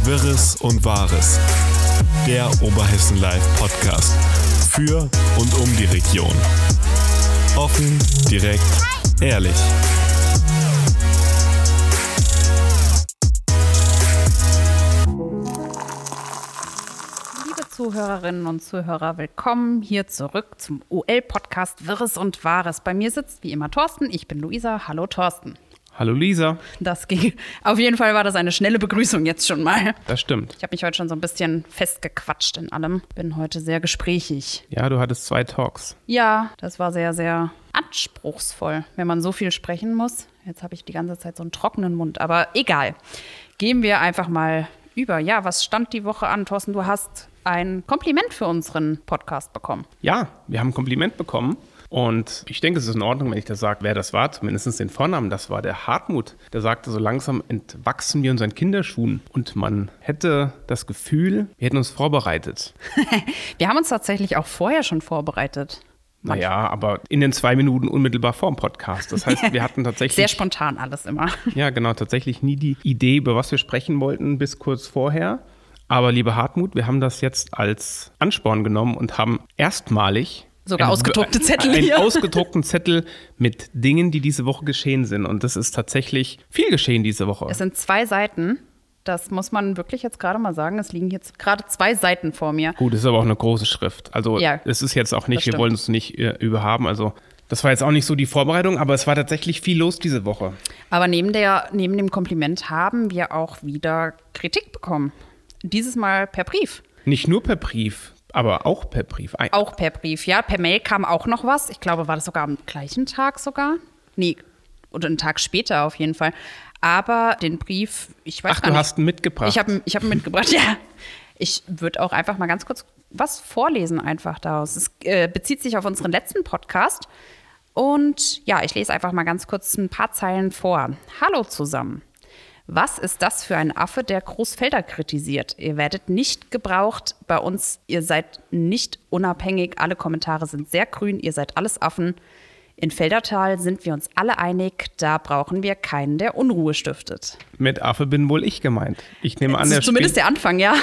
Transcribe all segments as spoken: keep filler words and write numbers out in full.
Wirres und Wahres. Der Oberhessen Live Podcast. Für und um die Region. Offen, direkt, ehrlich. Liebe Zuhörerinnen und Zuhörer, willkommen hier zurück zum O L-Podcast Wirres und Wahres. Bei mir sitzt wie immer Thorsten, ich bin Luisa. Hallo Thorsten. Hallo Lisa. Das ging. Auf jeden Fall war das eine schnelle Begrüßung jetzt schon mal. Das stimmt. Ich habe mich heute schon so ein bisschen festgequatscht in allem. Bin heute sehr gesprächig. Ja, du hattest zwei Talks. Ja, das war sehr, sehr anspruchsvoll, wenn man so viel sprechen muss. Jetzt habe ich die ganze Zeit so einen trockenen Mund, aber egal. Gehen wir einfach mal über. Ja, was stand die Woche an? Thorsten, du hast ein Kompliment für unseren Podcast bekommen. Ja, wir haben ein Kompliment bekommen. Und ich denke, es ist in Ordnung, wenn ich das sage, wer das war, zumindest den Vornamen. Das war der Hartmut. Der sagte, so langsam entwachsen wir unseren Kinderschuhen. Und man hätte das Gefühl, wir hätten uns vorbereitet. Wir haben uns tatsächlich auch vorher schon vorbereitet. Naja, aber in den zwei Minuten unmittelbar vor dem Podcast. Das heißt, wir hatten tatsächlich... Sehr spontan alles immer. Ja, genau, tatsächlich nie die Idee, über was wir sprechen wollten, bis kurz vorher. Aber lieber Hartmut, wir haben das jetzt als Ansporn genommen und haben erstmalig... Sogar ein, ausgedruckte Zettel Einen hier. ausgedruckten Zettel mit Dingen, die diese Woche geschehen sind. Und das ist tatsächlich viel geschehen diese Woche. Es sind zwei Seiten. Das muss man wirklich jetzt gerade mal sagen. Es liegen jetzt gerade zwei Seiten vor mir. Gut, es ist aber auch eine große Schrift. Also ja, es ist jetzt auch nicht, wir wollen es nicht äh, überhaben. Also das war jetzt auch nicht so die Vorbereitung, aber es war tatsächlich viel los diese Woche. Aber neben, der, neben dem Kompliment haben wir auch wieder Kritik bekommen. Dieses Mal per Brief. Nicht nur per Brief. Aber auch per Brief? Ein- auch per Brief, ja. Per Mail kam auch noch was. Ich glaube, war das sogar am gleichen Tag sogar? Nee, oder einen Tag später auf jeden Fall. Aber den Brief, ich weiß Ach, gar du nicht. hast ihn mitgebracht? Ich habe ich hab ihn mitgebracht, ja. Ich würde auch einfach mal ganz kurz was vorlesen einfach daraus. Es äh, bezieht sich auf unseren letzten Podcast. Und ja, ich lese einfach mal ganz kurz ein paar Zeilen vor. Hallo zusammen. Was ist das für ein Affe, der Großfelder kritisiert? Ihr werdet nicht gebraucht bei uns. Ihr seid nicht unabhängig. Alle Kommentare sind sehr grün. Ihr seid alles Affen. In Feldertal sind wir uns alle einig. Da brauchen wir keinen, der Unruhe stiftet. Mit Affe bin wohl ich gemeint. Ich nehme an, der Zumindest spielt- der Anfang, ja.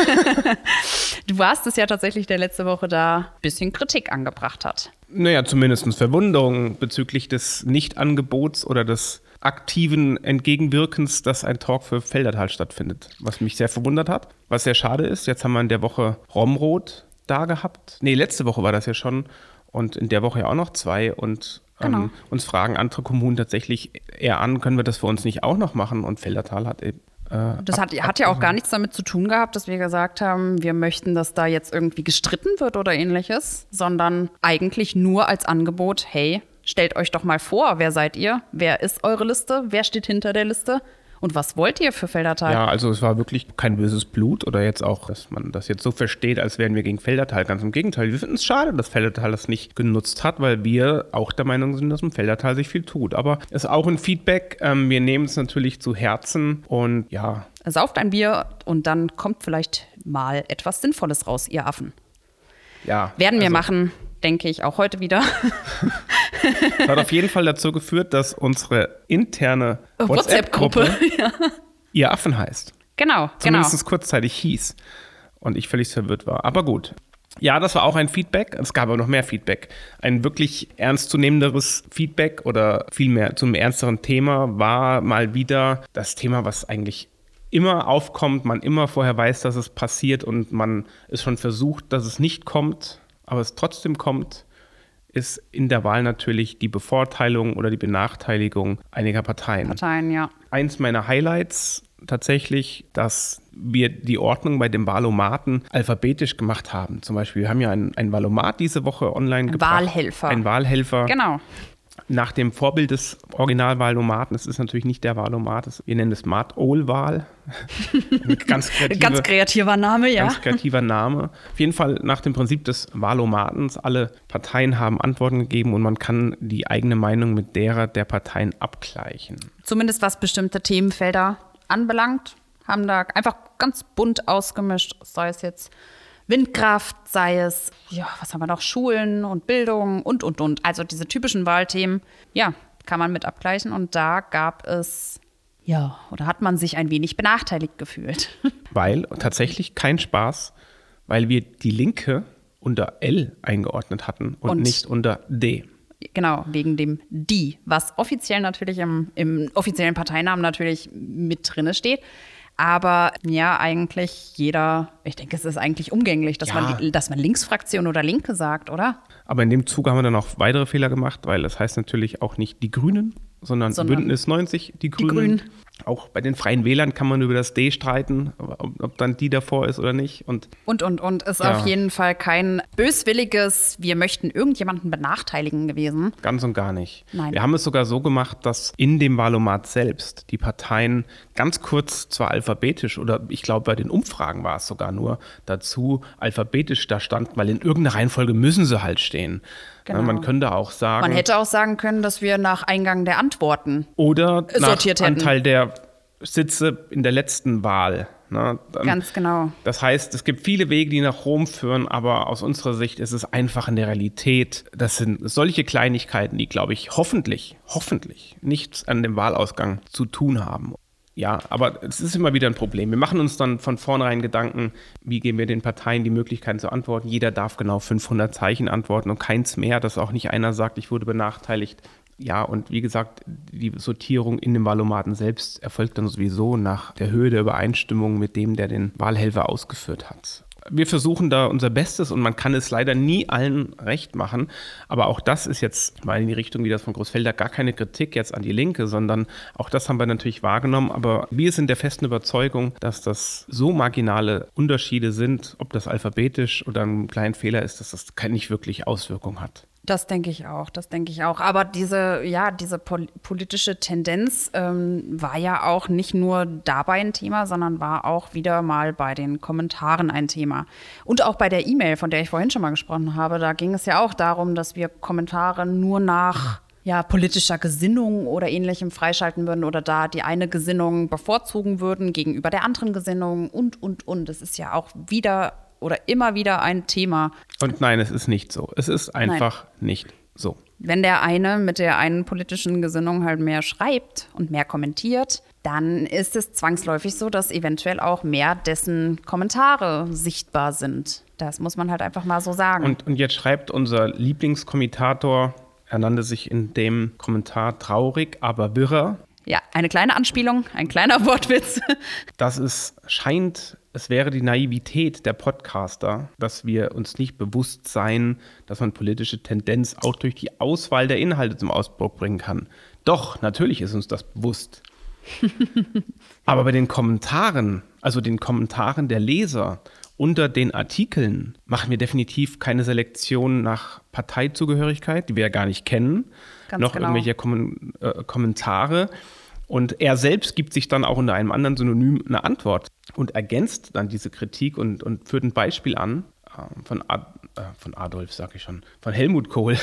Du warst es ja tatsächlich, der letzte Woche da ein bisschen Kritik angebracht hat. Naja, zumindest Verwunderung bezüglich des Nichtangebots oder des aktiven Entgegenwirkens, dass ein Talk für Feldertal stattfindet. Was mich sehr verwundert hat, was sehr schade ist. Jetzt haben wir in der Woche Romrod da gehabt. Nee, letzte Woche war das ja schon. Und in der Woche ja auch noch zwei. Und ähm, Genau. uns fragen andere Kommunen tatsächlich eher an, können wir das für uns nicht auch noch machen? Und Feldertal hat eben Äh, Das hat, hat ja auch gar nichts damit zu tun gehabt, dass wir gesagt haben, wir möchten, dass da jetzt irgendwie gestritten wird oder ähnliches, sondern eigentlich nur als Angebot, hey, stellt euch doch mal vor, wer seid ihr? Wer ist eure Liste? Wer steht hinter der Liste? Und was wollt ihr für Feldertal? Ja, also es war wirklich kein böses Blut oder jetzt auch, dass man das jetzt so versteht, als wären wir gegen Feldertal. Ganz im Gegenteil, wir finden es schade, dass Feldertal das nicht genutzt hat, weil wir auch der Meinung sind, dass im Feldertal sich viel tut. Aber es ist auch ein Feedback. Ähm, wir nehmen es natürlich zu Herzen und ja. Sauft ein Bier und dann kommt vielleicht mal etwas Sinnvolles raus, ihr Affen. ja Werden wir also, machen, denke ich, auch heute wieder. Das hat auf jeden Fall dazu geführt, dass unsere interne WhatsApp-Gruppe WhatsApp-Gruppe ja. ihr Affen heißt. Genau, Zumindest genau. kurzzeitig hieß. Und ich völlig verwirrt war. Aber gut. Ja, das war auch ein Feedback. Es gab aber noch mehr Feedback. Ein wirklich ernstzunehmenderes Feedback oder vielmehr zum ernsteren Thema war mal wieder das Thema, was eigentlich immer aufkommt, man immer vorher weiß, dass es passiert und man es schon versucht, dass es nicht kommt, aber es trotzdem kommt, ist in der Wahl natürlich die Bevorteilung oder die Benachteiligung einiger Parteien. Parteien, ja. Eins meiner Highlights tatsächlich, dass wir die Ordnung bei dem Wahlomaten alphabetisch gemacht haben. Zum Beispiel, wir haben ja einen, einen Wahlomat diese Woche online Ein gebracht. Wahlhelfer. Ein Wahlhelfer. Genau. Nach dem Vorbild des Original-Wahlomaten. Es ist natürlich nicht der Wahlomat, es, wir nennen es Mat-Ol-Wahl. Ganz kreative, Ganz kreativer Name, ja. Ganz kreativer Name. Auf jeden Fall nach dem Prinzip des Wahlomatens. Alle Parteien haben Antworten gegeben und man kann die eigene Meinung mit derer der Parteien abgleichen. Zumindest was bestimmte Themenfelder anbelangt, haben da einfach ganz bunt ausgemischt, sei es jetzt Windkraft, sei es, ja, was haben wir noch, Schulen und Bildung und, und, und. Also diese typischen Wahlthemen, ja, kann man mit abgleichen. Und da gab es Ja, oder hat man sich ein wenig benachteiligt gefühlt? Weil, tatsächlich kein Spaß, weil wir die Linke unter L eingeordnet hatten und, und nicht unter D. Genau, wegen dem Die, was offiziell natürlich im, im offiziellen Parteinamen natürlich mit drinne steht. Aber ja, eigentlich jeder, ich denke, es ist eigentlich umgänglich, dass, ja. man, dass man Linksfraktion oder Linke sagt, oder? Aber in dem Zuge haben wir dann auch weitere Fehler gemacht, weil das heißt natürlich auch nicht die Grünen, sondern, sondern Bündnis neunzig, die Grünen. Die Grünen. Auch bei den Freien Wählern kann man über das D streiten, ob, ob dann die davor ist oder nicht. Und, und, und, und ist ja. auf jeden Fall kein böswilliges, wir möchten irgendjemanden benachteiligen gewesen. Ganz und gar nicht. Nein. Wir haben es sogar so gemacht, dass in dem Wahlomat selbst die Parteien ganz kurz, zwar alphabetisch, oder ich glaube bei den Umfragen war es sogar nur, dazu alphabetisch da standen, weil in irgendeiner Reihenfolge müssen sie halt stehen. Genau. Man könnte auch sagen. Man hätte auch sagen können, dass wir nach Eingang der Antworten oder sortiert nach hätten. Anteil der Sitze in der letzten Wahl. Ne? Dann, Ganz genau. Das heißt, es gibt viele Wege, die nach Rom führen, aber aus unserer Sicht ist es einfach in der Realität. Das sind solche Kleinigkeiten, die, glaube ich, hoffentlich, hoffentlich nichts an dem Wahlausgang zu tun haben. Ja, aber es ist immer wieder ein Problem. Wir machen uns dann von vornherein Gedanken, wie geben wir den Parteien die Möglichkeiten zu antworten. Jeder darf genau fünfhundert Zeichen antworten und keins mehr, dass auch nicht einer sagt, ich wurde benachteiligt. Ja, und wie gesagt, die Sortierung in dem Wahlomaten selbst erfolgt dann sowieso nach der Höhe der Übereinstimmung mit dem, der den Wahlhelfer ausgeführt hat. Wir versuchen da unser Bestes und man kann es leider nie allen recht machen. Aber auch das ist jetzt mal in die Richtung wie das von Großfelder gar keine Kritik jetzt an die Linke, sondern auch das haben wir natürlich wahrgenommen. Aber wir sind der festen Überzeugung, dass das so marginale Unterschiede sind, ob das alphabetisch oder ein kleiner Fehler ist, dass das nicht wirklich Auswirkungen hat. Das denke ich auch, das denke ich auch. Aber diese, ja, diese pol- politische Tendenz ähm, war ja auch nicht nur dabei ein Thema, sondern war auch wieder mal bei den Kommentaren ein Thema. Und auch bei der E-Mail, von der ich vorhin schon mal gesprochen habe, da ging es ja auch darum, dass wir Kommentare nur nach ja, politischer Gesinnung oder Ähnlichem freischalten würden oder da die eine Gesinnung bevorzugen würden gegenüber der anderen Gesinnung und, und, und. Es ist ja auch wieder oder immer wieder ein Thema. Und nein, es ist nicht so. Es ist einfach nein. nicht so. Wenn der eine mit der einen politischen Gesinnung halt mehr schreibt und mehr kommentiert, dann ist es zwangsläufig so, dass eventuell auch mehr dessen Kommentare sichtbar sind. Das muss man halt einfach mal so sagen. Und, und jetzt schreibt unser Lieblingskommentator, er nannte sich in dem Kommentar traurig, aber wirrer. Ja, eine kleine Anspielung, ein kleiner Wortwitz. Dass es scheint, es wäre die Naivität der Podcaster, dass wir uns nicht bewusst sein, dass man politische Tendenz auch durch die Auswahl der Inhalte zum Ausdruck bringen kann. Doch, natürlich ist uns das bewusst. Aber bei den Kommentaren, also den Kommentaren der Leser unter den Artikeln, machen wir definitiv keine Selektion nach Parteizugehörigkeit, die wir ja gar nicht kennen, Ganz noch genau. irgendwelche Kom- äh, Kommentare. Und er selbst gibt sich dann auch unter einem anderen Synonym eine Antwort und ergänzt dann diese Kritik und, und führt ein Beispiel an äh, von, Ad, äh, von Adolf, sag ich schon, von Helmut Kohl.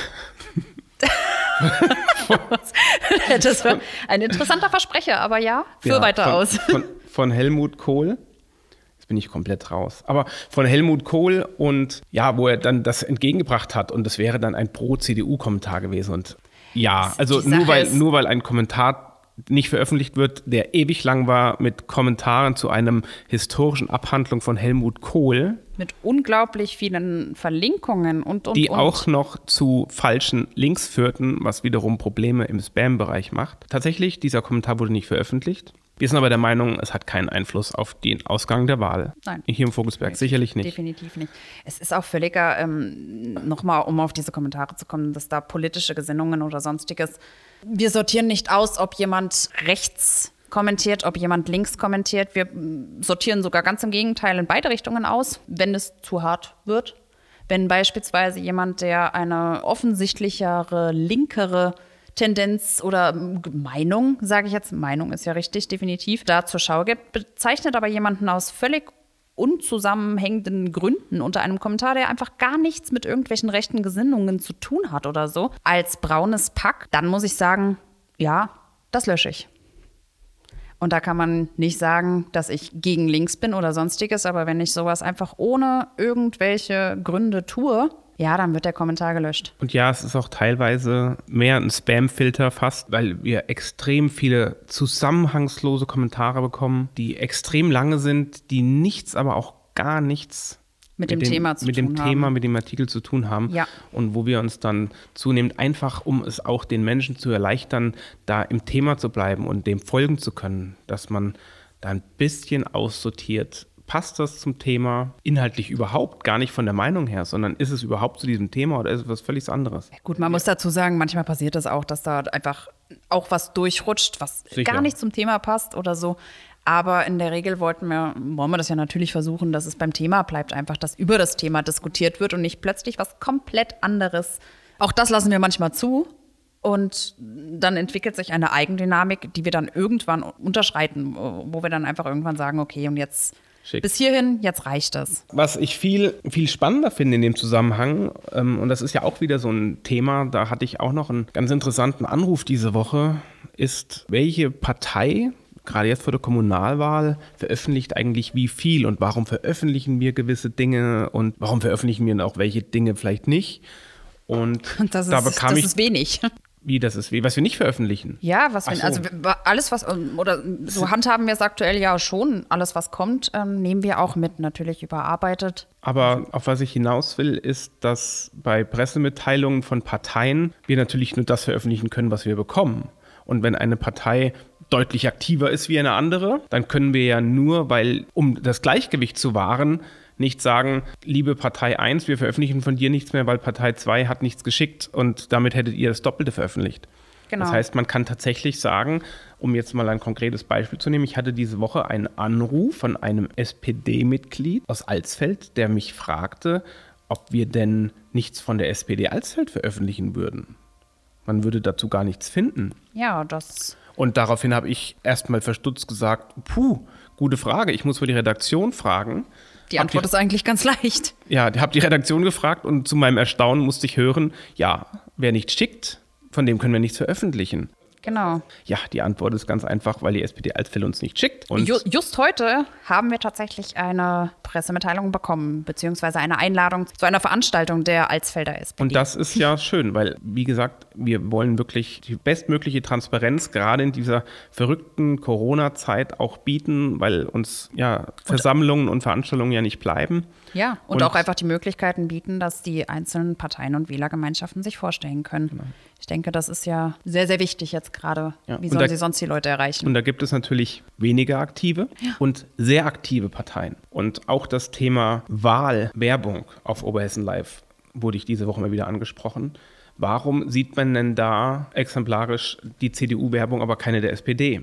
Das war ein interessanter Versprecher, aber ja, führ ja, weiter von, aus. Von, von Helmut Kohl. Jetzt bin ich komplett raus. Aber von Helmut Kohl und ja, wo er dann das entgegengebracht hat und das wäre dann ein Pro-C D U-Kommentar gewesen. Und ja, also nur weil, nur weil ein Kommentar nicht veröffentlicht wird, der ewig lang war mit Kommentaren zu einem historischen Abhandlung von Helmut Kohl. Mit unglaublich vielen Verlinkungen und, und, Die und. auch noch zu falschen Links führten, was wiederum Probleme im Spam-Bereich macht. Tatsächlich, dieser Kommentar wurde nicht veröffentlicht. Wir sind aber der Meinung, es hat keinen Einfluss auf den Ausgang der Wahl. Nein. Hier im Vogelsberg nee, sicherlich nicht. Definitiv nicht. Es ist auch völliger, ähm, nochmal, um auf diese Kommentare zu kommen, dass da politische Gesinnungen oder sonstiges. Wir sortieren nicht aus, ob jemand rechts kommentiert, ob jemand links kommentiert. Wir sortieren sogar ganz im Gegenteil in beide Richtungen aus, wenn es zu hart wird. Wenn beispielsweise jemand, der eine offensichtlichere, linkere Tendenz oder Meinung, sage ich jetzt, Meinung ist ja richtig, definitiv, da zur Schau gibt, bezeichnet aber jemanden aus völlig unzusammenhängenden Gründen unter einem Kommentar, der einfach gar nichts mit irgendwelchen rechten Gesinnungen zu tun hat oder so, als braunes Pack, dann muss ich sagen, ja, das lösche ich. Und da kann man nicht sagen, dass ich gegen links bin oder sonstiges, aber wenn ich sowas einfach ohne irgendwelche Gründe tue, ja, dann wird der Kommentar gelöscht. Und ja, es ist auch teilweise mehr ein Spam-Filter fast, weil wir extrem viele zusammenhangslose Kommentare bekommen, die extrem lange sind, die nichts, aber auch gar nichts Mit dem Thema zu mit tun dem haben. Thema, mit dem Artikel zu tun haben. Ja. Und wo wir uns dann zunehmend einfach, um es auch den Menschen zu erleichtern, da im Thema zu bleiben und dem folgen zu können, dass man da ein bisschen aussortiert. Passt das zum Thema inhaltlich überhaupt gar nicht von der Meinung her, sondern ist es überhaupt zu diesem Thema oder ist es was völlig anderes? Gut, man muss dazu sagen, manchmal passiert es auch, dass da einfach auch was durchrutscht, was Sicher. gar nicht zum Thema passt oder so. Aber in der Regel wollten wir, wollen wir das ja natürlich versuchen, dass es beim Thema bleibt, einfach, dass über das Thema diskutiert wird und nicht plötzlich was komplett anderes. Auch das lassen wir manchmal zu. Und dann entwickelt sich eine Eigendynamik, die wir dann irgendwann unterschreiten, wo wir dann einfach irgendwann sagen, okay, und jetzt Schick. bis hierhin, jetzt reicht es. Was ich viel, viel spannender finde in dem Zusammenhang, ähm, und das ist ja auch wieder so ein Thema, da hatte ich auch noch einen ganz interessanten Anruf diese Woche, ist, welche Partei, gerade jetzt vor der Kommunalwahl, veröffentlicht eigentlich wie viel und warum veröffentlichen wir gewisse Dinge und warum veröffentlichen wir auch welche Dinge vielleicht nicht. Und Das da ist, bekam das ich, ist wenig. wie das ist, wie, was wir nicht veröffentlichen. Ja, was Ach wir, so. also alles, was, oder so handhaben wir es aktuell ja schon. Alles, was kommt, ähm, nehmen wir auch mit, natürlich überarbeitet. Aber auf was ich hinaus will, ist, dass bei Pressemitteilungen von Parteien wir natürlich nur das veröffentlichen können, was wir bekommen. Und wenn eine Partei deutlich aktiver ist wie eine andere, dann können wir ja nur, weil, um das Gleichgewicht zu wahren, nicht sagen, liebe Partei eins, wir veröffentlichen von dir nichts mehr, weil Partei zwei hat nichts geschickt und damit hättet ihr das Doppelte veröffentlicht. Genau. Das heißt, man kann tatsächlich sagen, um jetzt mal ein konkretes Beispiel zu nehmen, ich hatte diese Woche einen Anruf von einem S P D-Mitglied aus Alsfeld, der mich fragte, ob wir denn nichts von der S P D Alsfeld veröffentlichen würden. Man würde dazu gar nichts finden. Ja, das. Und daraufhin habe ich erstmal verdutzt gesagt, puh, gute Frage, ich muss wohl die Redaktion fragen. Die Antwort ist eigentlich ganz leicht. Ja, ich habe die Redaktion gefragt und zu meinem Erstaunen musste ich hören, ja, wer nichts schickt, von dem können wir nichts veröffentlichen. Genau. Ja, die Antwort ist ganz einfach, weil die S P D Alsfeld uns nicht schickt. Und Ju- Just heute haben wir tatsächlich eine Pressemitteilung bekommen, beziehungsweise eine Einladung zu einer Veranstaltung der Alsfelder S P D. Und das ist ja schön, weil, wie gesagt, wir wollen wirklich die bestmögliche Transparenz gerade in dieser verrückten Corona-Zeit auch bieten, weil uns ja Versammlungen und Veranstaltungen ja nicht bleiben. Ja, und, Und- auch einfach die Möglichkeiten bieten, dass die einzelnen Parteien und Wählergemeinschaften sich vorstellen können. Genau. Ich denke, das ist ja sehr, sehr wichtig jetzt gerade. Ja, Wie und sollen da- sie sonst die Leute erreichen? Und da gibt es natürlich weniger aktive und sehr aktive Parteien. Und auch das Thema Wahlwerbung auf Oberhessen Live wurde ich diese Woche mal wieder angesprochen. Warum sieht man denn da exemplarisch die C D U-Werbung, aber keine der S P D?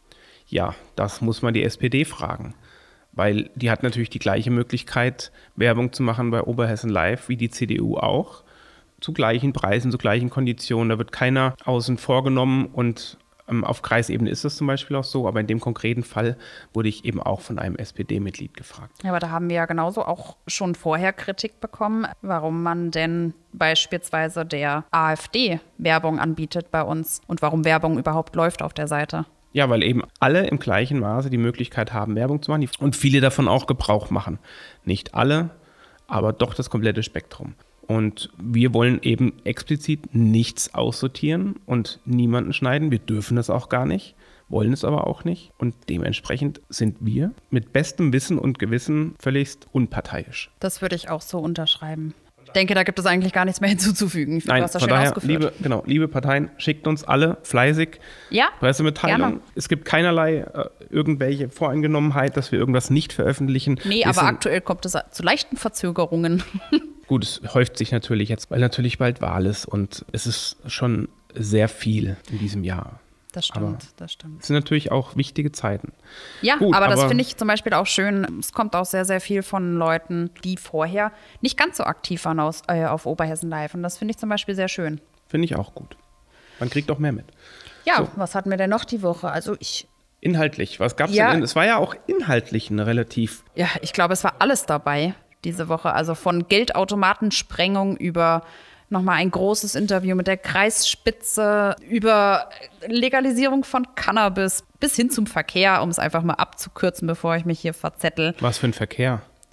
Ja, das muss man die S P D fragen. Weil die hat natürlich die gleiche Möglichkeit, Werbung zu machen bei Oberhessen Live wie die C D U auch. Zu gleichen Preisen, zu gleichen Konditionen. Da wird keiner außen vor genommen und ähm, auf Kreisebene ist das zum Beispiel auch so. Aber in dem konkreten Fall wurde ich eben auch von einem S P D-Mitglied gefragt. Ja, aber da haben wir ja genauso auch schon vorher Kritik bekommen, warum man denn beispielsweise der AfD Werbung anbietet bei uns und warum Werbung überhaupt läuft auf der Seite. Ja, weil eben alle im gleichen Maße die Möglichkeit haben, Werbung zu machen und viele davon auch Gebrauch machen. Nicht alle, aber doch das komplette Spektrum. Und wir wollen eben explizit nichts aussortieren und niemanden schneiden. Wir dürfen das auch gar nicht, wollen es aber auch nicht. Und dementsprechend sind wir mit bestem Wissen und Gewissen völligst unparteiisch. Das würde ich auch so unterschreiben. Ich denke, da gibt es eigentlich gar nichts mehr hinzuzufügen. Ich finde, Nein, du hast das von schön daher, ausgeführt. liebe, genau, liebe Parteien, schickt uns alle fleißig Ja, Pressemitteilungen. gerne. Es gibt keinerlei äh, irgendwelche Voreingenommenheit, dass wir irgendwas nicht veröffentlichen. Nee, Wir aber sind- aktuell kommt es zu leichten Verzögerungen. Gut, es häuft sich natürlich jetzt, weil natürlich bald Wahl ist und es ist schon sehr viel in diesem Jahr. Das Aber- stimmt, das stimmt. Es sind natürlich auch wichtige Zeiten. Ja, Gut, aber das aber- finde ich zum Beispiel auch schön. Es kommt auch sehr, sehr viel von Leuten, die vorher nicht ganz so aktiv waren aus, äh, auf Oberhessen Live. Und das finde ich zum Beispiel sehr schön. Finde ich auch gut. Man kriegt auch mehr mit. Ja, So. was hatten wir denn noch die Woche? Also ich, Inhaltlich, was gab es Ja. denn? Es war ja auch inhaltlich eine relativ. ja, ich glaube, es war alles dabei diese Woche. Also von Geldautomatensprengung über nochmal ein großes Interview mit der Kreisspitze, über Legalisierung von Cannabis bis hin zum Verkehr, um es einfach mal abzukürzen, bevor ich mich hier verzettel. Was für ein Verkehr.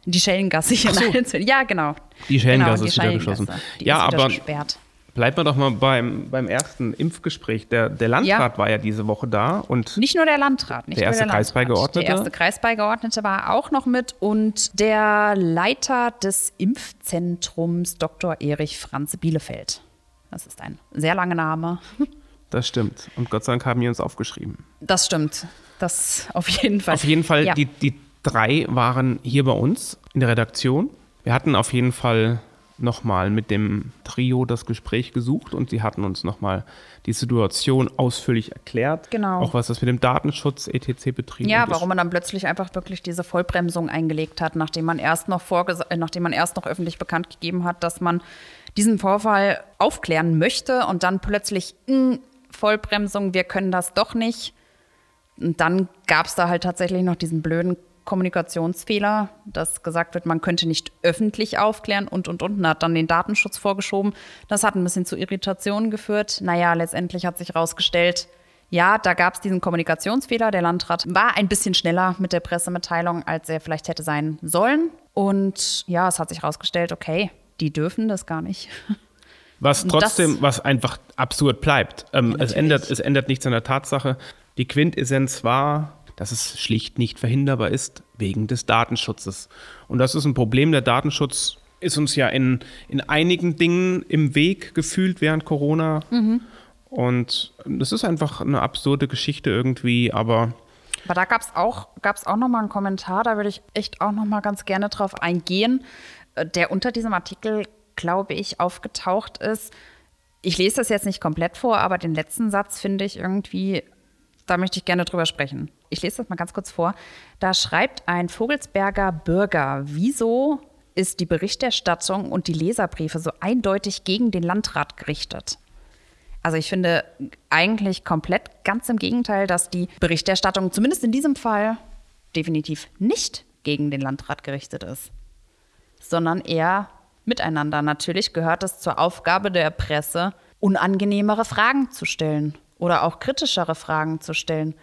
Die Schellengasse hier so. in Alzey. Ja, genau. Die Schellengasse genau, ist wieder geschlossen. Die ja, ist wieder aber gesperrt. bleiben wir doch mal beim, beim ersten Impfgespräch. Der, der Landrat Ja. war ja diese Woche da und Nicht nur der Landrat. Nicht Der nur erste der Kreisbeigeordnete? Der erste Kreisbeigeordnete war auch noch mit und der Leiter des Impfzentrums Doktor Erich Franz Bielefeld. Das ist ein sehr langer Name. das stimmt. Und Gott sei Dank haben wir uns aufgeschrieben. Das stimmt. Das auf jeden Fall. Auf jeden Fall, Ja. die, die drei waren hier bei uns in der Redaktion. Wir hatten auf jeden Fall nochmal mit dem Trio das Gespräch gesucht und sie hatten uns nochmal die Situation ausführlich erklärt. Genau. Auch was das mit dem Datenschutz et cetera betrieben Ja, und das- warum man dann plötzlich einfach wirklich diese Vollbremsung eingelegt hat, nachdem man erst noch vorges- äh, nachdem man erst noch öffentlich bekannt gegeben hat, dass man diesen Vorfall aufklären möchte und dann plötzlich mh, Vollbremsung, wir können das doch nicht. Und dann gab es da halt tatsächlich noch diesen blöden Kommunikationsfehler, dass gesagt wird, man könnte nicht öffentlich aufklären und, und, und. Und hat dann den Datenschutz vorgeschoben. Das hat ein bisschen zu Irritationen geführt. Naja, letztendlich hat sich herausgestellt, ja, da gab es diesen Kommunikationsfehler. Der Landrat war ein bisschen schneller mit der Pressemitteilung, als er vielleicht hätte sein sollen. Und ja, es hat sich herausgestellt, okay, die dürfen das gar nicht. Was trotzdem, das- was einfach absurd bleibt. Ähm, Ja, es, natürlich. ändert, es ändert nichts an der Tatsache. Die Quintessenz war, dass es schlicht nicht verhinderbar ist wegen des Datenschutzes. Und das ist ein Problem. Der Datenschutz ist uns ja in, in einigen Dingen im Weg gefühlt während Corona. Mhm. Und das ist einfach eine absurde Geschichte irgendwie, aber Aber da gab es auch, gab's auch noch mal einen Kommentar, da würde ich echt auch noch mal ganz gerne drauf eingehen, äh, der unter diesem Artikel, glaube ich, aufgetaucht ist. Ich lese das jetzt nicht komplett vor, aber den letzten Satz finde ich irgendwie, da möchte ich gerne drüber sprechen. Ich lese das mal ganz kurz vor. Da schreibt ein Vogelsberger Bürger, wieso ist die Berichterstattung und die Leserbriefe so eindeutig gegen den Landrat gerichtet? Also ich finde eigentlich komplett ganz im Gegenteil, dass die Berichterstattung zumindest in diesem Fall definitiv nicht gegen den Landrat gerichtet ist, sondern eher miteinander. Natürlich gehört es zur Aufgabe der Presse, unangenehmere Fragen zu stellen oder auch kritischere Fragen zu stellen.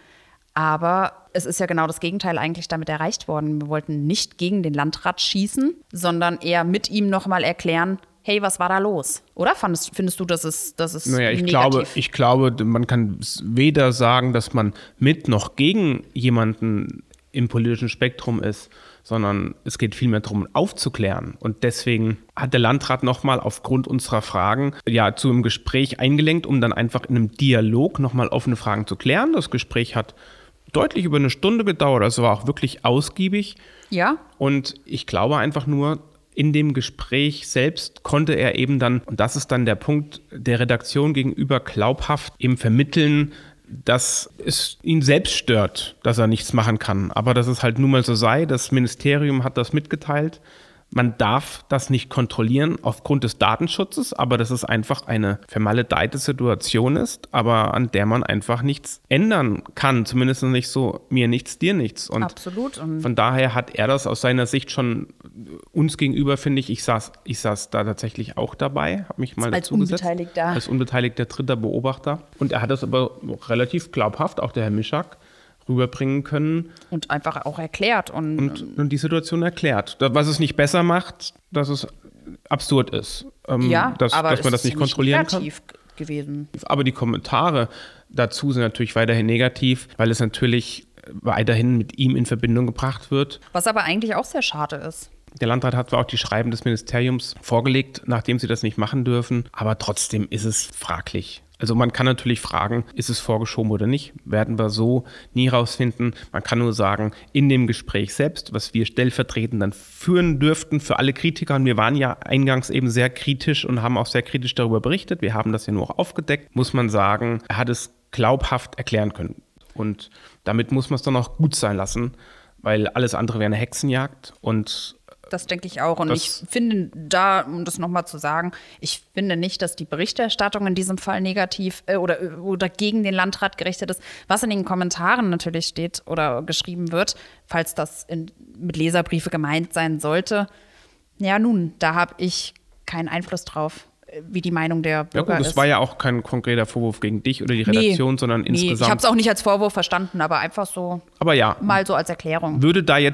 Aber es ist ja genau das Gegenteil eigentlich damit erreicht worden. Wir wollten nicht gegen den Landrat schießen, sondern eher mit ihm nochmal erklären, hey, was war da los? Oder fandest, findest du, dass es, dass es naja, ich negativ? glaube, ich glaube, man kann weder sagen, dass man mit noch gegen jemanden im politischen Spektrum ist, sondern es geht vielmehr darum, aufzuklären. Und deswegen hat der Landrat nochmal aufgrund unserer Fragen ja zu einem Gespräch eingelenkt, um dann einfach in einem Dialog nochmal offene Fragen zu klären. Das Gespräch hat deutlich über eine Stunde gedauert, also war auch wirklich ausgiebig. Ja, Und ich glaube einfach nur, in dem Gespräch selbst konnte er eben dann, und das ist dann der Punkt, der Redaktion gegenüber glaubhaft eben vermitteln, dass es ihn selbst stört, dass er nichts machen kann. Aber dass es halt nun mal so sei, das Ministerium hat das mitgeteilt. Man darf das nicht kontrollieren aufgrund des Datenschutzes, aber dass es einfach eine vermaledeite Situation ist, aber an der man einfach nichts ändern kann. Zumindest nicht so, mir nichts, dir nichts. Und absolut. Und von daher hat er das aus seiner Sicht schon uns gegenüber, finde ich, ich saß, ich saß da tatsächlich auch dabei, habe mich mal Als dazu gesetzt. Unbeteiligter. Als unbeteiligter dritter Beobachter. Und er hat das aber relativ glaubhaft, auch der Herr Mischak, rüberbringen können Und einfach auch erklärt. Und, und, und die Situation erklärt. Was es nicht besser macht, dass es absurd ist, ähm, ja, dass, aber dass man es das ist nicht ja kontrollieren kann. negativ g- gewesen. Aber die Kommentare dazu sind natürlich weiterhin negativ, weil es natürlich weiterhin mit ihm in Verbindung gebracht wird. Was aber eigentlich auch sehr schade ist. Der Landrat hat zwar auch die Schreiben des Ministeriums vorgelegt, nachdem sie das nicht machen dürfen, aber trotzdem ist es fraglich. Also man kann natürlich fragen, ist es vorgeschoben oder nicht? Werden wir so nie rausfinden. Man kann nur sagen, in dem Gespräch selbst, was wir stellvertretend dann führen dürften für alle Kritiker, und wir waren ja eingangs eben sehr kritisch und haben auch sehr kritisch darüber berichtet, wir haben das ja nur auch aufgedeckt, muss man sagen, er hat es glaubhaft erklären können. Und damit muss man es dann auch gut sein lassen, weil alles andere wäre eine Hexenjagd und Das denke ich auch. Und Das- ich finde da, um das nochmal zu sagen, ich finde nicht, dass die Berichterstattung in diesem Fall negativ äh, oder, oder gegen den Landrat gerichtet ist. Was in den Kommentaren natürlich steht oder geschrieben wird, falls das in, mit Leserbriefe gemeint sein sollte. Ja, nun, da habe ich keinen Einfluss drauf, äh, wie die Meinung der ja Bürger gut, das ist. war ja auch kein konkreter Vorwurf gegen dich oder die Redaktion, sondern nee, ich habe insgesamt. es auch nicht als Vorwurf verstanden, aber einfach so Aber ja, mal so als Erklärung. würde da jetzt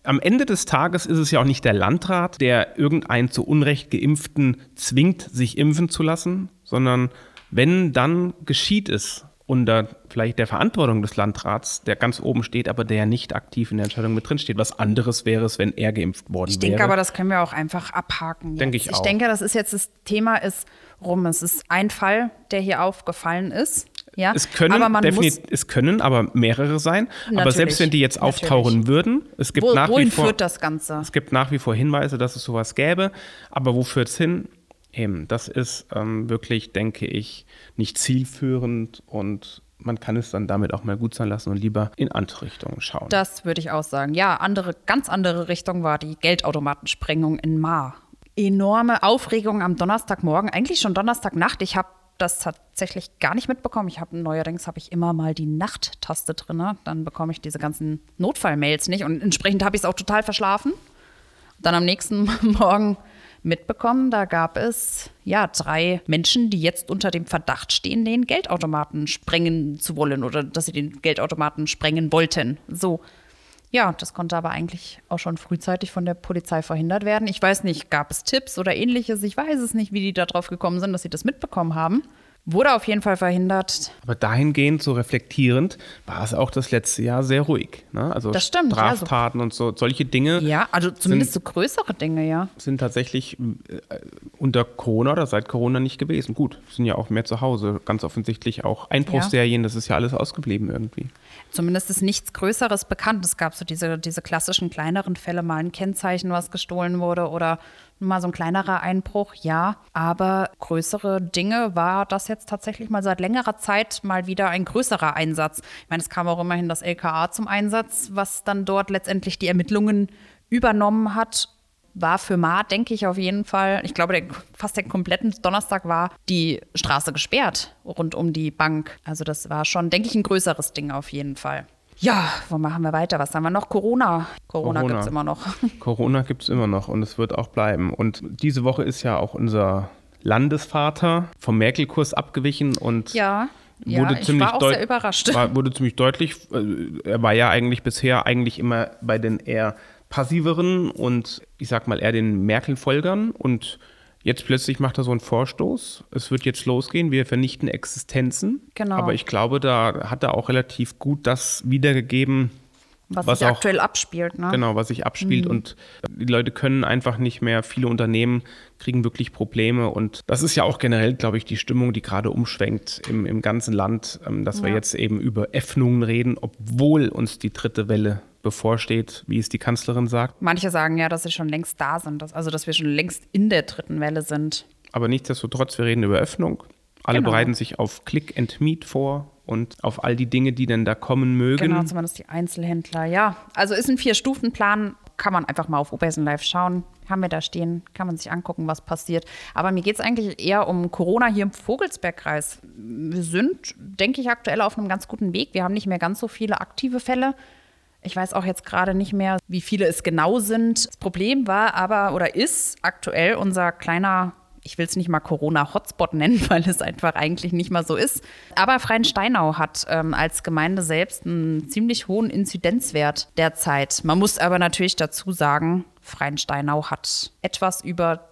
am Ende des Tages ist es ja auch nicht der Landrat, der irgendeinen zu Unrecht Geimpften zwingt, sich impfen zu lassen, sondern wenn, dann geschieht es unter vielleicht der Verantwortung des Landrats, der ganz oben steht, aber der nicht aktiv in der Entscheidung mit drin steht. Was anderes wäre es, wenn er geimpft worden wäre. Ich denke wäre. aber, das können wir auch einfach abhaken. Jetzt. Denke ich auch. Ich denke, das ist jetzt, das Thema ist rum. Es ist ein Fall, der hier aufgefallen ist. Ja, es können, aber man definitiv, muss, es können aber mehrere sein. Natürlich, aber selbst wenn die jetzt auftauchen natürlich. würden, es gibt Wo, nach wohin wie vor, führt das Ganze? Es gibt nach wie vor Hinweise, dass es sowas gäbe. Aber wo führt es hin? Eben, das ist ähm, wirklich, denke ich, nicht zielführend und man kann es dann damit auch mal gut sein lassen und lieber in andere Richtungen schauen. Das würde ich auch sagen. Ja, andere, ganz andere Richtung war die Geldautomatensprengung in Maar. Enorme Aufregung am Donnerstagmorgen, eigentlich schon Donnerstagnacht. Ich habe das tatsächlich gar nicht mitbekommen. Ich habe neuerdings habe ich immer mal die Nacht-Taste drin. Dann bekomme ich diese ganzen Notfallmails nicht und entsprechend habe ich es auch total verschlafen. Dann am nächsten Morgen mitbekommen, da gab es ja drei Menschen, die jetzt unter dem Verdacht stehen, den Geldautomaten sprengen zu wollen oder dass sie den Geldautomaten sprengen wollten. So. Ja, das konnte aber eigentlich auch schon frühzeitig von der Polizei verhindert werden. Ich weiß nicht, gab es Tipps oder ähnliches? Ich weiß es nicht, wie die da drauf gekommen sind, dass sie das mitbekommen haben. Wurde auf jeden Fall verhindert. Aber dahingehend, so reflektierend, war es auch das letzte Jahr sehr ruhig. Ne? Also das stimmt, Straftaten ja, so. und so, solche Dinge. Ja, also zumindest sind, so größere Dinge, ja. Sind tatsächlich äh, unter Corona oder seit Corona nicht gewesen. Gut, sind ja auch mehr zu Hause. Ganz offensichtlich auch Einbruchsserien, ja. Das ist ja alles ausgeblieben irgendwie. Zumindest ist nichts Größeres bekannt. Es gab so diese, diese klassischen kleineren Fälle, mal ein Kennzeichen, was gestohlen wurde oder mal so ein kleinerer Einbruch, ja. Aber größere Dinge war das jetzt tatsächlich mal seit längerer Zeit mal wieder ein größerer Einsatz. Ich meine, es kam auch immerhin das L K A zum Einsatz, was dann dort letztendlich die Ermittlungen übernommen hat. War für Maar, denke ich auf jeden Fall, ich glaube, der, fast den kompletten Donnerstag war die Straße gesperrt rund um die Bank. Also das war schon, denke ich, ein größeres Ding auf jeden Fall. Ja, wo machen wir weiter? Was haben wir noch? Corona. Corona, Corona. gibt es immer noch. Corona gibt es immer noch und es wird auch bleiben. Und diese Woche ist ja auch unser Landesvater vom Merkel-Kurs abgewichen und ja, wurde ja, ich ziemlich war auch deut- sehr überrascht. War, wurde ziemlich deutlich. Er war ja eigentlich bisher eigentlich immer bei den eher passiveren und ich sag mal eher den Merkel-Folgern und jetzt plötzlich macht er so einen Vorstoß. Es wird jetzt losgehen, wir vernichten Existenzen. Genau. Aber ich glaube, da hat er auch relativ gut das wiedergegeben, was, was sich auch, aktuell abspielt. Ne? Genau, was sich abspielt. Mhm. Und die Leute können einfach nicht mehr, viele Unternehmen kriegen wirklich Probleme. Und das ist ja auch generell, glaube ich, die Stimmung, die gerade umschwenkt im, im ganzen Land, dass ja. wir jetzt eben über Öffnungen reden, obwohl uns die dritte Welle bevorsteht, wie es die Kanzlerin sagt. Manche sagen ja, dass sie schon längst da sind, dass, also dass wir schon längst in der dritten Welle sind. Aber nichtsdestotrotz, wir reden über Öffnung. Alle genau. bereiten sich auf Click and Meet vor und auf all die Dinge, die denn da kommen mögen. Genau, zumindest die Einzelhändler, ja. Also ist ein Vier-Stufen-Plan, kann man einfach mal auf Oberhessen Live schauen. Haben wir da stehen, kann man sich angucken, was passiert. Aber mir geht es eigentlich eher um Corona hier im Vogelsbergkreis. Wir sind, denke ich, aktuell auf einem ganz guten Weg. Wir haben nicht mehr ganz so viele aktive Fälle. Ich weiß auch jetzt gerade nicht mehr, wie viele es genau sind. Das Problem war aber oder ist aktuell unser kleiner, ich will es nicht mal Corona-Hotspot nennen, weil es einfach eigentlich nicht mal so ist. Aber Freiensteinau hat ähm, als Gemeinde selbst einen ziemlich hohen Inzidenzwert derzeit. Man muss aber natürlich dazu sagen, Freiensteinau hat etwas über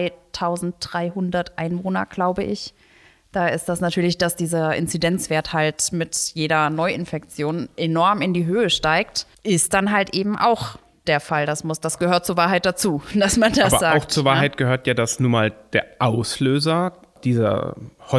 dreitausenddreihundert Einwohner, glaube ich. Da ist das natürlich, dass dieser Inzidenzwert halt mit jeder Neuinfektion enorm in die Höhe steigt, ist dann halt eben auch der Fall. Das muss, das gehört zur Wahrheit dazu, dass man das Aber sagt. Aber auch zur Wahrheit ja? gehört ja, dass nun mal der Auslöser dieser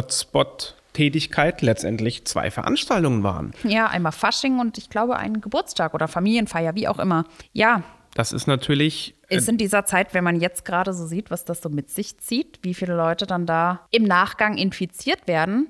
Hotspot-Tätigkeit letztendlich zwei Veranstaltungen waren. Ja, einmal Fasching und ich glaube ein Geburtstag oder Familienfeier, wie auch immer. Ja. Das ist natürlich ist in dieser Zeit, wenn man jetzt gerade so sieht, was das so mit sich zieht, wie viele Leute dann da im Nachgang infiziert werden,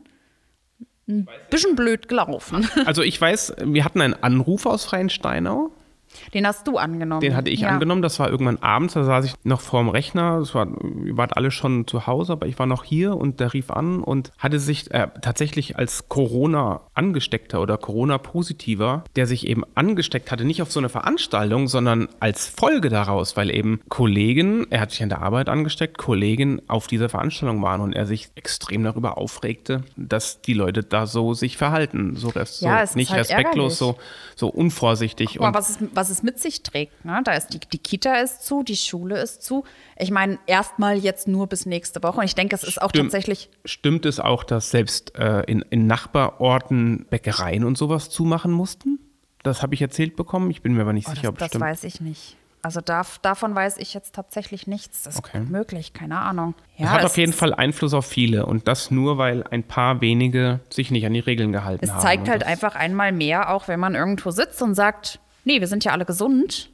ein bisschen blöd gelaufen. Also ich weiß, wir hatten einen Anruf aus Freiensteinau. Den hast du angenommen. Den hatte ich ja. angenommen, das war irgendwann abends, da saß ich noch vorm Rechner, das war, wir waren alle schon zu Hause, aber ich war noch hier und der rief an und hatte sich äh, tatsächlich als Corona-Angesteckter oder Corona-Positiver, der sich eben angesteckt hatte, nicht auf so eine Veranstaltung, sondern als Folge daraus, weil eben Kollegen, er hat sich an der Arbeit angesteckt, Kollegen auf dieser Veranstaltung waren und er sich extrem darüber aufregte, dass die Leute da so sich verhalten, so, res- ja, so es nicht ist halt respektlos, ärgerlich. so, so unvorsichtig. Guck mal, und was, ist, was es mit sich trägt. Ne? Da ist die, die Kita ist zu, die Schule ist zu. Ich meine, erstmal jetzt nur bis nächste Woche. Und ich denke, es ist auch Stimmt, tatsächlich. Stimmt es auch, dass selbst äh, in, in Nachbarorten Bäckereien und sowas zumachen mussten? Das habe ich erzählt bekommen. Ich bin mir aber nicht Oh, sicher, das, ob es das stimmt. weiß ich nicht. Also da, davon weiß ich jetzt tatsächlich nichts. Das ist Okay. gut möglich, keine Ahnung. Es Ja, hat es auf jeden ist- Fall Einfluss auf viele und das nur, weil ein paar wenige sich nicht an die Regeln gehalten Es haben. zeigt Und halt das, einfach einmal mehr, auch wenn man irgendwo sitzt und sagt, nee, wir sind ja alle gesund.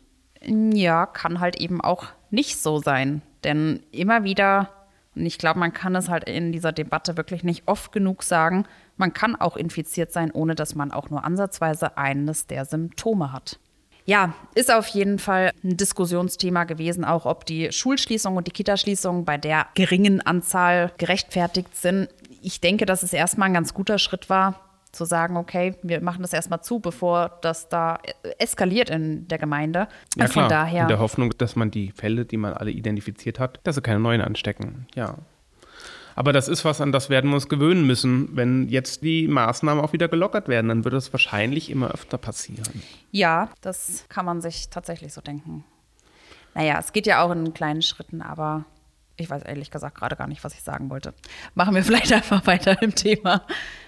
Ja, kann halt eben auch nicht so sein. Denn immer wieder, und ich glaube, man kann es halt in dieser Debatte wirklich nicht oft genug sagen, man kann auch infiziert sein, ohne dass man auch nur ansatzweise eines der Symptome hat. Ja, ist auf jeden Fall ein Diskussionsthema gewesen, auch ob die Schulschließung und die Kitaschließung bei der geringen Anzahl gerechtfertigt sind. Ich denke, dass es erstmal ein ganz guter Schritt war, zu sagen, okay, wir machen das erstmal zu, bevor das da eskaliert in der Gemeinde. ja Und von klar, daher, in der Hoffnung, dass man die Fälle, die man alle identifiziert hat, dass sie keine neuen anstecken. Ja. Aber das ist was, an das werden wir uns gewöhnen müssen. Wenn jetzt die Maßnahmen auch wieder gelockert werden, dann wird das wahrscheinlich immer öfter passieren. ja, das kann man sich tatsächlich so denken. Naja, es geht ja auch in kleinen Schritten, aber ich weiß ehrlich gesagt gerade gar nicht, was ich sagen wollte. Machen wir vielleicht einfach weiter im Thema.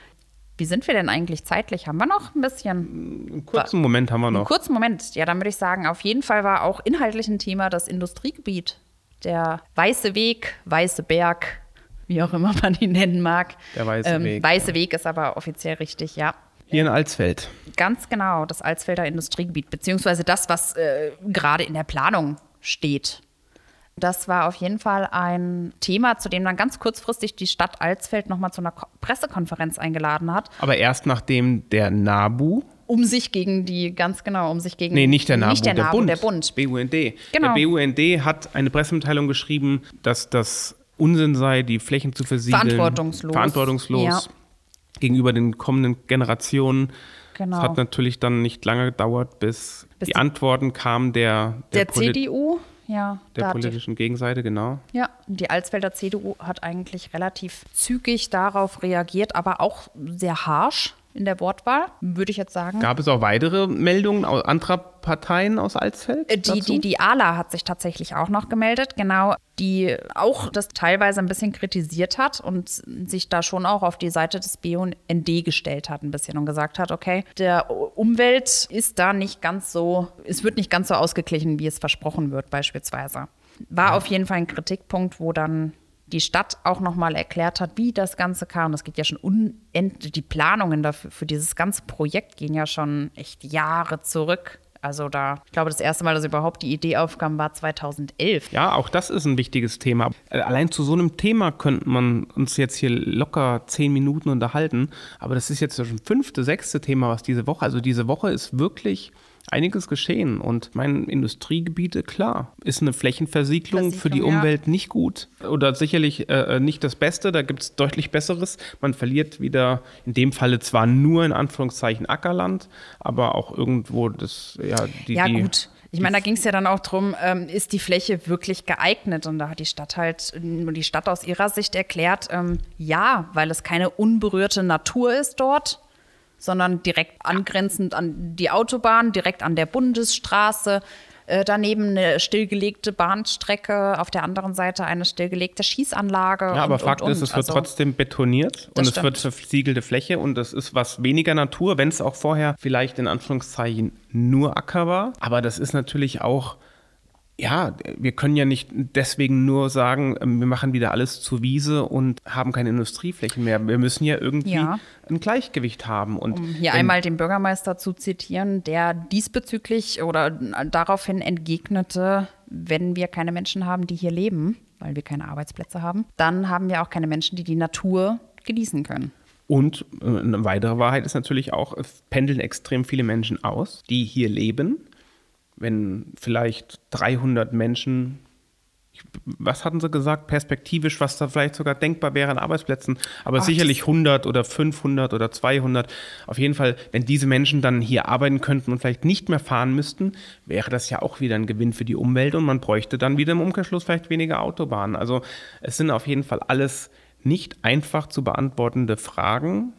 Wie sind wir denn eigentlich zeitlich? Haben wir noch ein bisschen? Einen kurzen Moment haben wir Einen noch. kurzen Moment. Ja, dann würde ich sagen, auf jeden Fall war auch inhaltlich ein Thema das Industriegebiet. Der Weiße Weg, Weiße Berg, wie auch immer man ihn nennen mag. Der Weiße Weg, Weiße Weg ist aber offiziell richtig, ja. Hier in Alsfeld. Ganz genau, das Alsfelder Industriegebiet, beziehungsweise das, was äh, gerade in der Planung steht. Das war auf jeden Fall ein Thema, zu dem dann ganz kurzfristig die Stadt Alsfeld nochmal zu einer Ko- Pressekonferenz eingeladen hat, Aber erst nachdem der NABU, um sich gegen die, ganz genau, um sich gegen... nee, nicht der NABU, nicht der, der, NABU, Bund, der Bund. B U N D. Genau. Der B U N D hat eine Pressemitteilung geschrieben, dass das Unsinn sei, die Flächen zu versiegeln. Verantwortungslos. Verantwortungslos Ja. gegenüber den kommenden Generationen. Genau. Es hat natürlich dann nicht lange gedauert, bis, Bis die die- Antworten kamen der, der, Der Poli- C D U, ja. der da hat die- politischen Gegenseite, genau. Ja, die Alsfelder C D U hat eigentlich relativ zügig darauf reagiert, aber auch sehr harsch in der Wortwahl, würde ich jetzt sagen. Gab es auch weitere Meldungen aus anderer Parteien aus Alsfeld? Äh, Die, dazu? die, die A L A hat sich tatsächlich auch noch gemeldet, genau, die auch das teilweise ein bisschen kritisiert hat und sich da schon auch auf die Seite des B U N D gestellt hat ein bisschen und gesagt hat, okay, der Umwelt ist da nicht ganz so, es wird nicht ganz so ausgeglichen, wie es versprochen wird beispielsweise. War auf jeden Fall ein Kritikpunkt, wo dann die Stadt auch nochmal erklärt hat, wie das Ganze kam. Das geht ja schon unendlich, die Planungen dafür, für dieses ganze Projekt gehen ja schon echt Jahre zurück. Also da, ich glaube, das erste Mal, dass überhaupt die Idee aufkam, war zweitausendelf. Ja, auch das ist ein wichtiges Thema. Äh, Allein zu so einem Thema könnte man uns jetzt hier locker zehn Minuten unterhalten. Aber das ist jetzt schon fünfte, sechste Thema, was diese Woche, also diese Woche ist wirklich einiges geschehen. Und mein Industriegebiete, klar, ist eine Flächenversiegelung für die Versiegelung, ja. Umwelt nicht gut. Oder sicherlich äh, nicht das Beste, da gibt es deutlich Besseres. Man verliert wieder, in dem Falle zwar nur in Anführungszeichen Ackerland, aber auch irgendwo das, ja, die, Ja, die, gut. Ich meine, da ging es ja dann auch drum, ähm, ist die Fläche wirklich geeignet? Und da hat die Stadt halt, äh, die Stadt aus ihrer Sicht erklärt, ähm, ja, weil es keine unberührte Natur ist dort, sondern direkt angrenzend an die Autobahn, direkt an der Bundesstraße. Äh, daneben eine stillgelegte Bahnstrecke, auf der anderen Seite eine stillgelegte Schießanlage. Ja, aber und, Fakt und, ist, es und. wird Also, trotzdem betoniert und Das es wird stimmt. versiegelte Fläche und das ist was weniger Natur, wenn es auch vorher vielleicht in Anführungszeichen nur Acker war. Aber das ist natürlich auch, ja, wir können ja nicht deswegen nur sagen, ähm, wir machen wieder alles zur Wiese und haben keine Industrieflächen mehr. Wir müssen ja irgendwie Ja. ein Gleichgewicht haben. Und Um hier wenn- einmal den Bürgermeister zu zitieren, der diesbezüglich oder daraufhin entgegnete, wenn wir keine Menschen haben, die hier leben, weil wir keine Arbeitsplätze haben, dann haben wir auch keine Menschen, die die Natur genießen können. Und äh, eine weitere Wahrheit ist natürlich auch, es pendeln extrem viele Menschen aus, die hier leben. Wenn vielleicht dreihundert Menschen, ich- was hatten sie gesagt, perspektivisch, was da vielleicht sogar denkbar wäre an Arbeitsplätzen, aber Ach, sicherlich hundert oder fünfhundert oder zweihundert. Auf jeden Fall, wenn diese Menschen dann hier arbeiten könnten und vielleicht nicht mehr fahren müssten, wäre das ja auch wieder ein Gewinn für die Umwelt und man bräuchte dann wieder im Umkehrschluss vielleicht weniger Autobahnen. Also es sind auf jeden Fall alles nicht einfach zu beantwortende Fragen.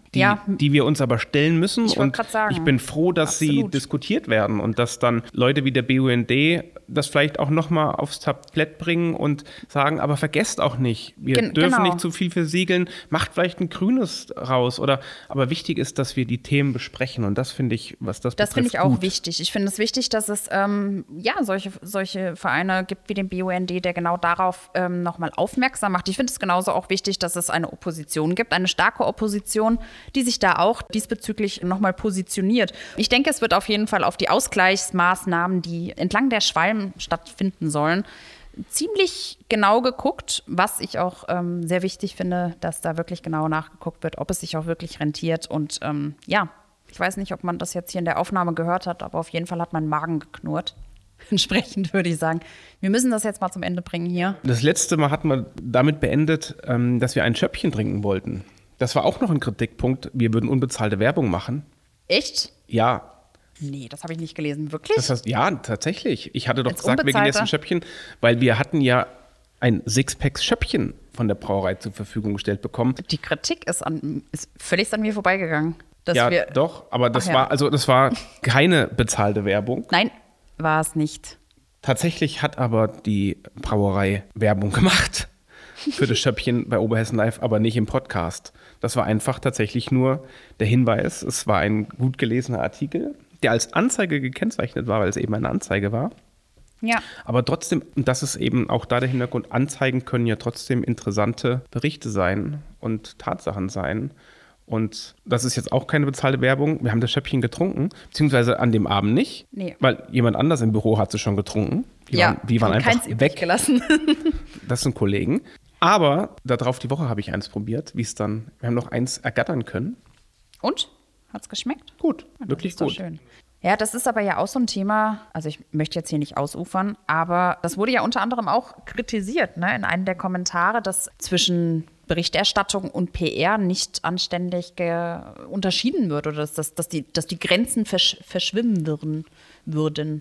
die, Ja. die wir uns aber stellen müssen. Ich wollte Und grad sagen. ich bin froh, dass sie Absolut. diskutiert werden und dass dann Leute wie der B U N D das vielleicht auch nochmal aufs Tablett bringen und sagen, aber vergesst auch nicht, wir Gen- dürfen genau. nicht zu viel versiegeln, macht vielleicht ein grünes raus. Oder, aber wichtig ist, dass wir die Themen besprechen und das finde ich, was das Das finde betrifft, ich auch gut. wichtig. Ich finde es wichtig, dass es ähm, ja solche, solche Vereine gibt wie den B U N D, der genau darauf ähm, nochmal aufmerksam macht. Ich finde es genauso auch wichtig, dass es eine Opposition gibt, eine starke Opposition, die sich da auch diesbezüglich nochmal positioniert. Ich denke, es wird auf jeden Fall auf die Ausgleichsmaßnahmen, die entlang der Schwalm stattfinden sollen, ziemlich genau geguckt, was ich auch ähm, sehr wichtig finde, dass da wirklich genau nachgeguckt wird, ob es sich auch wirklich rentiert. Und ähm, ja, ich weiß nicht, ob man das jetzt hier in der Aufnahme gehört hat, aber auf jeden Fall hat mein Magen geknurrt. Entsprechend würde ich sagen, wir müssen das jetzt mal zum Ende bringen hier. Das letzte Mal hatten wir damit beendet, ähm, dass wir ein Schöppchen trinken wollten. Das war auch noch ein Kritikpunkt. Wir würden unbezahlte Werbung machen. Echt? Ja, Nee, das habe ich nicht gelesen. Wirklich? das heißt, ja, tatsächlich. Ich hatte doch Als gesagt, wir gehen jetzt ein Unbezahlte? Schöppchen, weil wir hatten ja ein Sixpacks-Schöppchen von der Brauerei zur Verfügung gestellt bekommen. Die Kritik ist, an, ist völlig an mir vorbeigegangen. Dass Ja, wir, doch, aber das Ach ja. war, also das war keine bezahlte Werbung. Nein, war es nicht. Tatsächlich hat aber die Brauerei Werbung gemacht für das Schöppchen bei Oberhessen Live, aber nicht im Podcast. Das war einfach tatsächlich nur der Hinweis. Es war ein gut gelesener Artikel, der als Anzeige gekennzeichnet war, weil es eben eine Anzeige war. Ja. Aber trotzdem, und das ist eben auch da der Hintergrund, Anzeigen können ja trotzdem interessante Berichte sein und Tatsachen sein. Und das ist jetzt auch keine bezahlte Werbung. Wir haben das Schöppchen getrunken, beziehungsweise an dem Abend nicht, Nee. weil jemand anders im Büro hat es schon getrunken. Die ja, waren, die waren keins einfach übrig weg. gelassen. Das sind Kollegen. Aber darauf die Woche habe ich eins probiert, wie es dann, wir haben noch eins ergattern können. Und? Hat's geschmeckt? Gut, Das wirklich ist doch gut. schön. Ja, das ist aber ja auch so ein Thema, also ich möchte jetzt hier nicht ausufern, aber das wurde ja unter anderem auch kritisiert, ne, in einem der Kommentare, dass zwischen Berichterstattung und P R nicht anständig ge- unterschieden wird oder dass, dass, dass, die, dass die Grenzen versch verschwimmen würden, würden.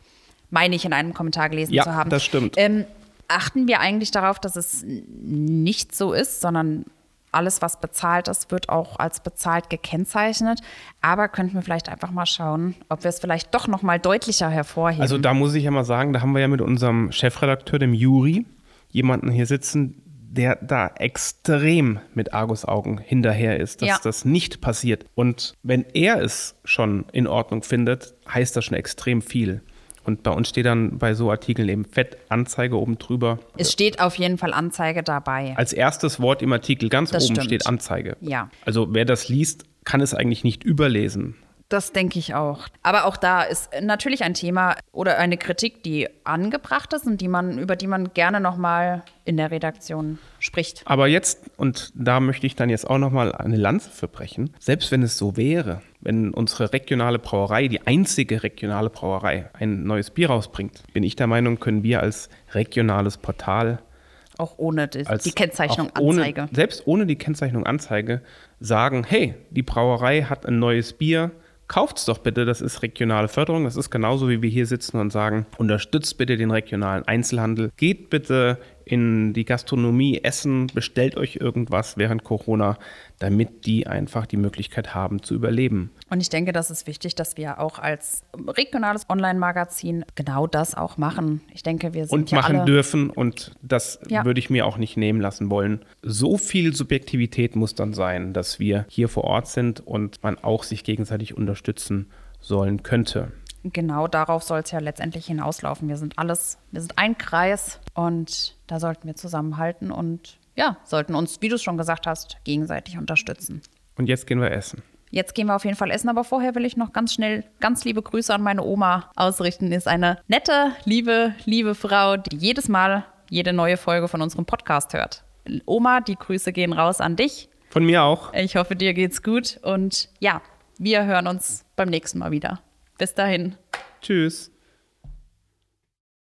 Meine ich in einem Kommentar gelesen Ja, zu haben. das stimmt. Ähm, achten wir eigentlich darauf, dass es nicht so ist, sondern alles, was bezahlt ist, wird auch als bezahlt gekennzeichnet. Aber könnten wir vielleicht einfach mal schauen, ob wir es vielleicht doch noch mal deutlicher hervorheben. Also da muss ich ja mal sagen, da haben wir ja mit unserem Chefredakteur, dem Juri, jemanden hier sitzen, der da extrem mit Argusaugen hinterher ist, dass Ja. das nicht passiert. Und wenn er es schon in Ordnung findet, heißt das schon extrem viel. Und bei uns steht dann bei so Artikeln eben fett Anzeige oben drüber. es steht auf jeden Fall Anzeige dabei. Als erstes Wort im Artikel ganz Das oben stimmt. steht Anzeige. Ja. Also wer das liest, kann es eigentlich nicht überlesen. Das denke ich auch. Aber auch da ist natürlich ein Thema oder eine Kritik, die angebracht ist und die man, über die man gerne noch mal in der Redaktion spricht. Aber jetzt, und da möchte ich dann jetzt auch nochmal eine Lanze für brechen, selbst wenn es so wäre, wenn unsere regionale Brauerei, die einzige regionale Brauerei, ein neues Bier rausbringt, bin ich der Meinung, können wir als regionales Portal Auch ohne die, als die Kennzeichnung auch ohne, Anzeige. selbst ohne die Kennzeichnung Anzeige sagen, hey, die Brauerei hat ein neues Bier, kauft's doch bitte, das ist regionale Förderung. Das ist genauso, wie wir hier sitzen und sagen, unterstützt bitte den regionalen Einzelhandel, geht bitte in die Gastronomie essen, bestellt euch irgendwas während Corona, damit die einfach die Möglichkeit haben zu überleben. Und ich denke, das ist wichtig, dass wir auch als regionales Online-Magazin genau das auch machen. Ich denke, wir sind Und ja machen alle dürfen und das Ja. würde ich mir auch nicht nehmen lassen wollen. So viel Subjektivität muss dann sein, dass wir hier vor Ort sind und man auch sich gegenseitig unterstützen sollen könnte. Genau darauf soll es ja letztendlich hinauslaufen. Wir sind alles, wir sind ein Kreis und da sollten wir zusammenhalten und ja, sollten uns, wie du es schon gesagt hast, gegenseitig unterstützen. Und jetzt gehen wir essen. Jetzt gehen wir auf jeden Fall essen, aber vorher will ich noch ganz schnell ganz liebe Grüße an meine Oma ausrichten. Ist eine nette, liebe, liebe Frau, die jedes Mal jede neue Folge von unserem Podcast hört. Oma, die Grüße gehen raus an dich. Von mir auch. Ich hoffe, dir geht's gut und ja, wir hören uns beim nächsten Mal wieder. Bis dahin. Tschüss.